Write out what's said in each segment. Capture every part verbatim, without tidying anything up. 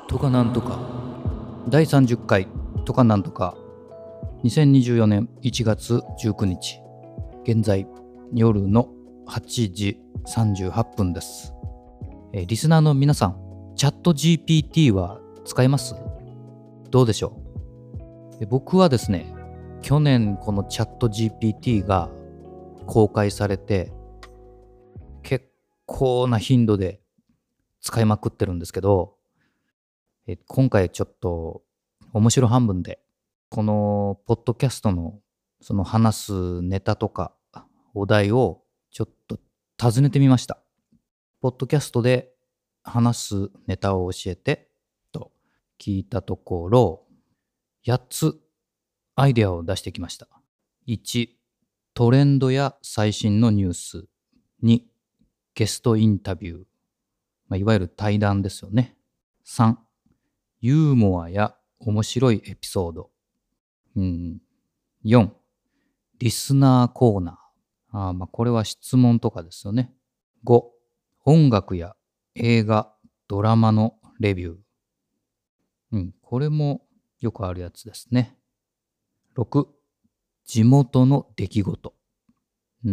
とかなんとかだいさんじゅっかいとかなんとかにせんにじゅうよねんいちがつじゅうくにち、現在夜のはちじさんじゅうはっぷんです。えーリスナーの皆さん、チャット ジーピーティー は使います？どうでしょう？え僕はですね、去年このチャット ジーピーティー が公開されて結構な頻度で使いまくってるんですけど、え今回ちょっと面白半分でこのポッドキャストのその話すネタとかお題をちょっと尋ねてみました。ポッドキャストで話すネタを教えてと聞いたところ、やっつアイデアを出してきました。いち、トレンドや最新のニュース。に、ゲストインタビュー。まあ、いわゆる対談ですよね。さん、ユーモアや面白いエピソード。うん、よん、リスナーコーナー。あまあこれは質問とかですよね。ご、音楽や映画、ドラマのレビュー。うん、これもよくあるやつですね。ろく、地元の出来事。うん、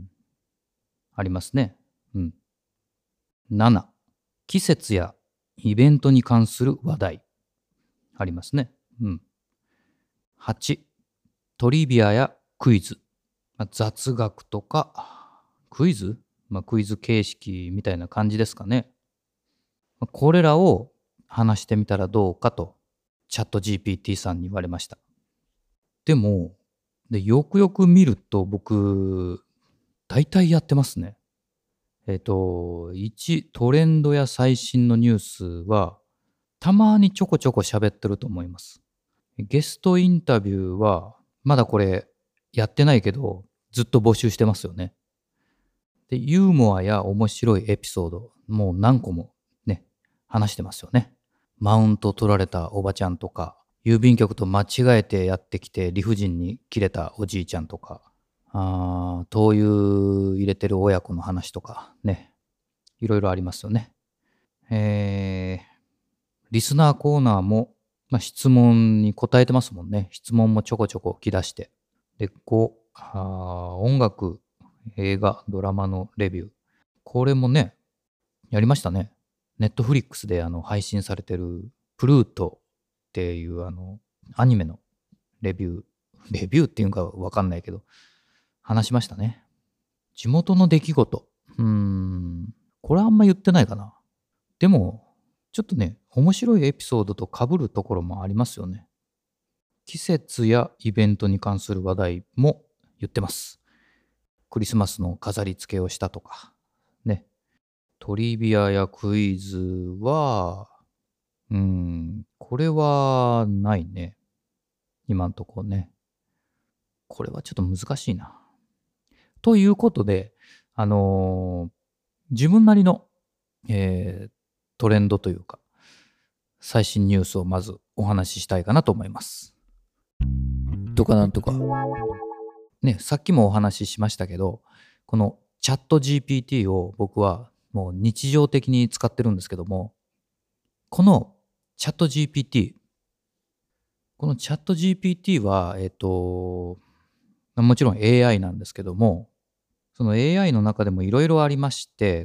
ありますね。うん。なな、季節やイベントに関する話題。ありますね。うん。はち、トリビアやクイズ。まあ、雑学とかクイズ、まあ、クイズ形式みたいな感じですかね。まあこれらを話してみたらどうかとチャット ジーピーティー さんに言われました。でも、でよくよく見ると僕、大体やってますね。えっと、いち、トレンドや最新のニュースは、たまにちょこちょこ喋ってると思います。ゲストインタビューは、まだこれやってないけど、ずっと募集してますよね。で、ユーモアや面白いエピソード、もう何個もね、話してますよね。マウント取られたおばちゃんとか、郵便局と間違えてやってきて理不尽に切れたおじいちゃんとか、あー灯油入れてる親子の話とかね、いろいろありますよね。えー、リスナーコーナーも、まあ、質問に答えてますもんね。質問もちょこちょこ来だして。で、ご、あー音楽、映画、ドラマのレビュー。これもね、やりましたね。ネットフリックスであの配信されてるプルートっていうあのアニメのレビュー、レビューっていうかわかんないけど、話しましたね。地元の出来事。うーん、これあんま言ってないかな。でも、ちょっとね、面白いエピソードと被るところもありますよね。季節やイベントに関する話題も言ってます。クリスマスの飾り付けをしたとか、ね。トリビアやクイズは、うーん、これはないね。今んとこね。これはちょっと難しいな。ということで、あのー自分なりの、えートレンドというか、最新ニュースをまずお話ししたいかなと思います。とかなんとか。ね、さっきもお話ししましたけど、このチャット ジーピーティー を僕はもう日常的に使ってるんですけども、このチャット ジーピーティー、このチャット ジーピーティー は、えっと、もちろん エーアイ なんですけども、その エーアイ の中でもいろいろありまして、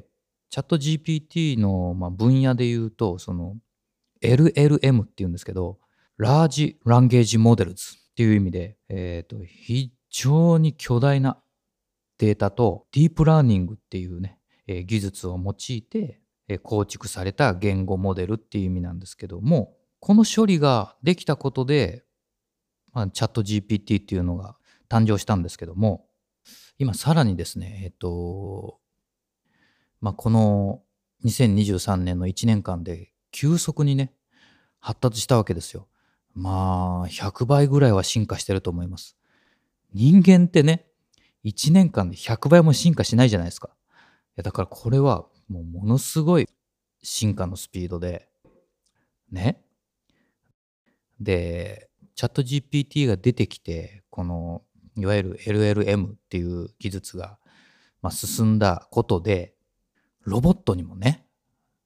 チャット ジーピーティー のまあ分野で言うと、その エルエルエム っていうんですけど、ラージランゲージモデルズっていう意味で、えっと、非常に巨大なデータとディープラーニングっていうね、えー技術を用いて、えー構築された言語モデルっていう意味なんですけども、この処理ができたことで、まあ、チャット ジーピーティー っていうのが誕生したんですけども、今さらにですね、えっと、まあ、このにせんにじゅうさんねんのいちねんかんで急速にね、発達したわけですよ。まあ、ひゃくばいぐらいは進化してると思います。人間ってね、いちねんかんでひゃくばいも進化しないじゃないですか。いやだからこれはもうものすごい進化のスピードで、ね。で、チャット ジーピーティー が出てきて、このいわゆる エルエルエム っていう技術が、まあ、進んだことで、ロボットにもね、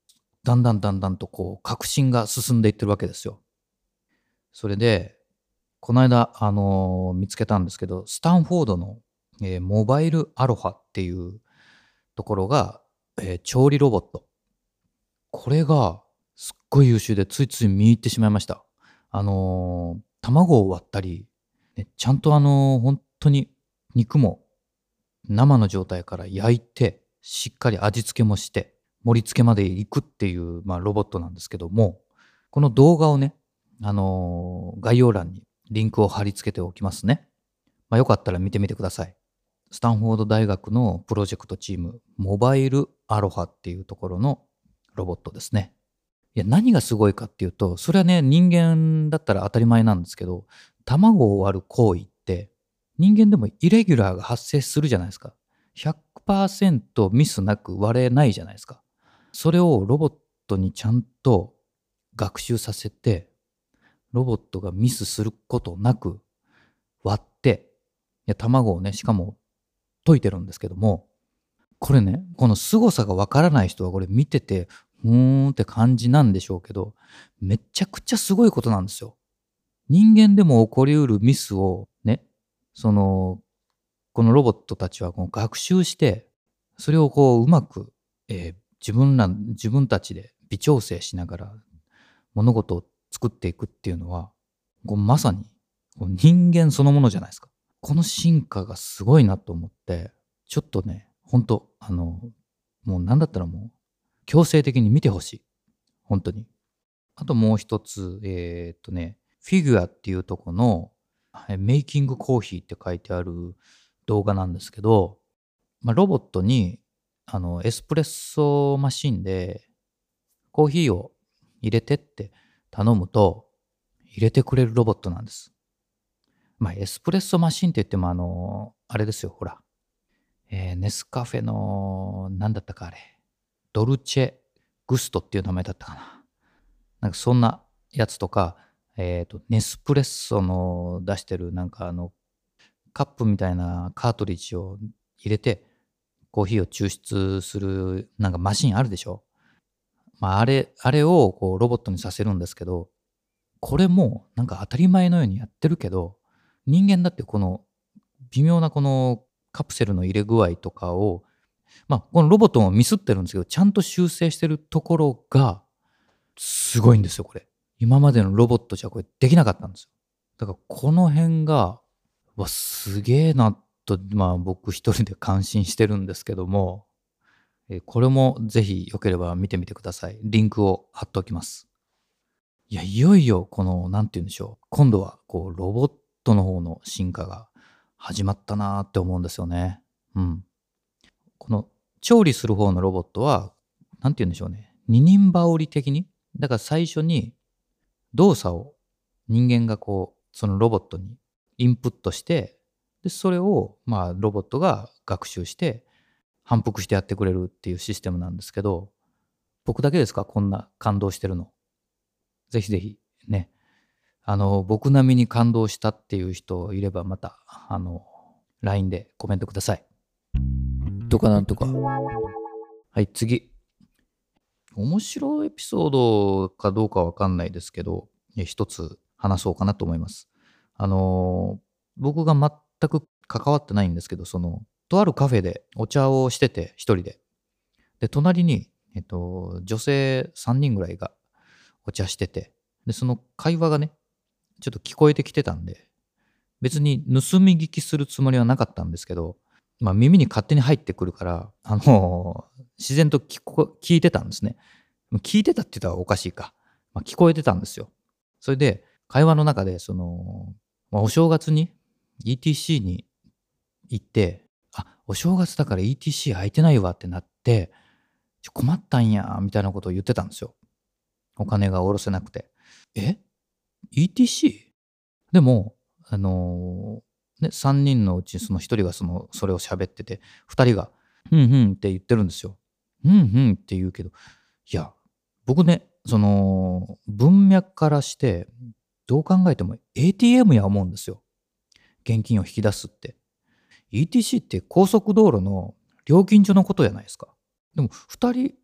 だんだんだんだんとこう革新が進んでいってるわけですよ。それで、この間、あのー見つけたんですけど、スタンフォードの、えーモバイルアロハっていうところが、えー調理ロボット。これがすっごい優秀でついつい見入ってしまいました。あのー卵を割ったり、ね、ちゃんとあのー本当に肉も生の状態から焼いて、しっかり味付けもして、盛り付けまで行くっていう、まあ、ロボットなんですけども、この動画をね、あのー概要欄にリンクを貼り付けておきますね。まあ、よかったら見てみてください。スタンフォード大学のプロジェクトチーム、モバイルアロハっていうところのロボットですね。いや、何がすごいかっていうと、それはね、人間だったら当たり前なんですけど、卵を割る行為って、人間でもイレギュラーが発生するじゃないですか。ひゃくパーセントミスなく割れないじゃないですか。それをロボットにちゃんと学習させて、ロボットがミスすることなく割って、いや卵をね、しかも溶いてるんですけども、これね、この凄さがわからない人はこれ見てて、ふーんって感じなんでしょうけど、めちゃくちゃすごいことなんですよ。人間でも起こりうるミスをね、その、このロボットたちはこう学習して、それをこううまく、えー自分ら、自分たちで微調整しながら物事を作っていくっていうのは、こうまさにこう人間そのものじゃないですか。この進化がすごいなと思って、ちょっとね、ほんと、あの、もうなんだったらもう強制的に見てほしい。本当に。あともう一つ、えーっとね、フィギュアっていうとこの、はいメイキングコーヒーって書いてある動画なんですけど、まあ、ロボットに、あの、エスプレッソマシンでコーヒーを入れてって頼むと、入れてくれるロボットなんです。まあ、エスプレッソマシンって言っても、あの、あれですよ、ほら。えーネスカフェの、なんだったかあれ。ドルチェグストっていう名前だったかな。なんかそんなやつとか、えっと、ネスプレッソの出してるなんかあの、カップみたいなカートリッジを入れて、コーヒーを抽出するなんかマシンあるでしょ。まあ、あれ、あれをこうロボットにさせるんですけど、これもなんか当たり前のようにやってるけど、人間だってこの微妙なこのカプセルの入れ具合とかを、まあ、このロボットもミスってるんですけど、ちゃんと修正してるところが、すごいんですよ、これ。今までのロボットじゃこれできなかったんですよ。だからこの辺が、わ、すげえなと、まあ僕一人で感心してるんですけども、えーこれもぜひよければ見てみてください。リンクを貼っておきます。いや、いよいよこの、なんて言うんでしょう。今度はこう、ロボットの方の進化が始まったなーって思うんですよね。うん。この調理する方のロボットは、なんて言うんでしょうね。二人羽織的に、だから最初に動作を人間がこう、そのロボットにインプットして、で、それを、まあ、ロボットが学習して、反復してやってくれるっていうシステムなんですけど、僕だけですかこんな感動してるの。ぜひぜひ、ね。あの、僕並みに感動したっていう人いれば、また、あの、ライン でコメントください。とかなんとか。はい、次。面白いエピソードかどうかわかんないですけど、え一つ話そうかなと思います。あのー僕が全く関わってないんですけど、その、とあるカフェでお茶をしてて、一人で。で、隣に、えっと、女性さんにんぐらいがお茶してて、で、その会話がね、ちょっと聞こえてきてたんで、別に盗み聞きするつもりはなかったんですけど、まあ耳に勝手に入ってくるから、あのー自然と聞こ聞いてたんですね。聞いてたって言ったらおかしいか。まあ、聞こえてたんですよ。それで、会話の中で、その、まあ、お正月に イーティーシー に行って、あ、お正月だから イーティーシー 空いてないわってなって、ちょ困ったんや、みたいなことを言ってたんですよ。お金が下ろせなくて。え ?イーティーシー? でも、あのーね、さんにんのうちそのひとりがその、それを喋ってて、ふたりが、ふんふんって言ってるんですよ。ふんふんって言うけど、いや、僕ね、その、文脈からして、どう考えても エーティーエム や思うんですよ。現金を引き出すって。イーティーシー って高速道路の料金所のことじゃないですか。でも、ふたり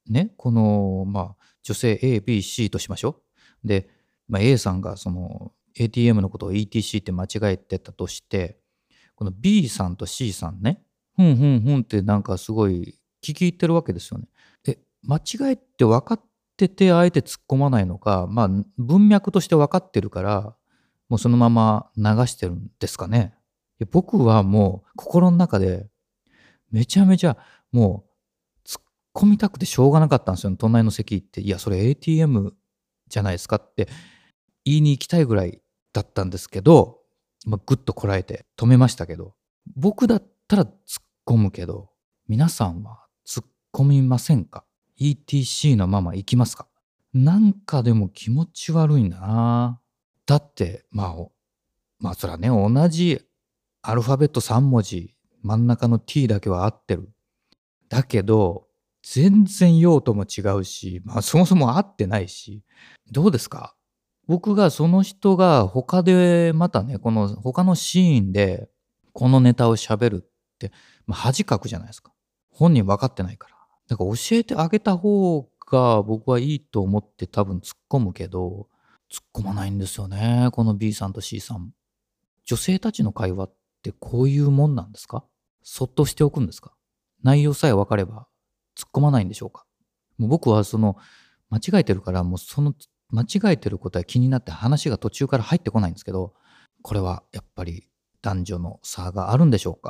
ね、この、まあ、女性 A、B、C としましょう。で、まあ、A さんがその エーティーエム のことを イーティーシー って間違えてたとして、この B さんと C さんね、ふんふんふんってなんかすごい聞き入ってるわけですよね。え、間違えって分かっててあえて突っ込まないのか、まあ、文脈として分かってるから、もうそのまま流してるんですかね。いや僕はもう心の中でめちゃめちゃもう突っ込みたくてしょうがなかったんですよ、隣の席行って。いや、それ エーティーエム じゃないですかって言いに行きたいぐらいだったんですけど、まあ、ぐっとこらえて止めましたけど、僕だったら突っ込むけど、皆さんは突っ込みませんか？ イーティーシー のまま行きますか？なんかでも気持ち悪いんだな。だって、まあ、おまあ、そらね、同じアルファベットさん文字、真ん中の T だけは合ってる。だけど、全然用途も違うし、まあ、そもそも合ってないし、どうですか？僕がその人が他でまたね、この他のシーンで、このネタを喋るって、ま、恥かくじゃないですか。本人分かってないから。だから教えてあげた方が僕はいいと思って多分突っ込むけど、突っ込まないんですよね、この B さんと C さん。女性たちの会話ってこういうもんなんですか？そっとしておくんですか？内容さえ分かれば突っ込まないんでしょうか？もう僕はその間違えてるから、もうその間違えてることは気になって話が途中から入ってこないんですけど、これはやっぱり男女の差があるんでしょうか？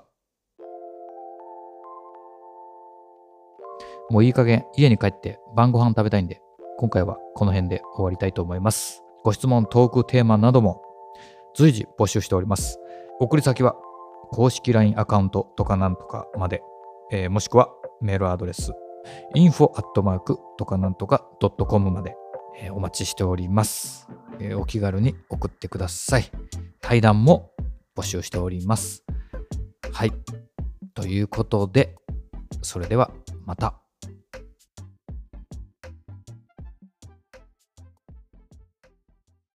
もういい加減家に帰って晩ご飯食べたいんで、今回はこの辺で終わりたいと思います。ご質問、トークテーマなども随時募集しております。送り先は公式 ライン アカウントとかなんとかまで、えーもしくはメールアドレス インフォ アットマーク とかなんとか ドットコム まで、えーお待ちしております、えーお気軽に送ってください。対談も募集しております。はい。ということで、それではまた。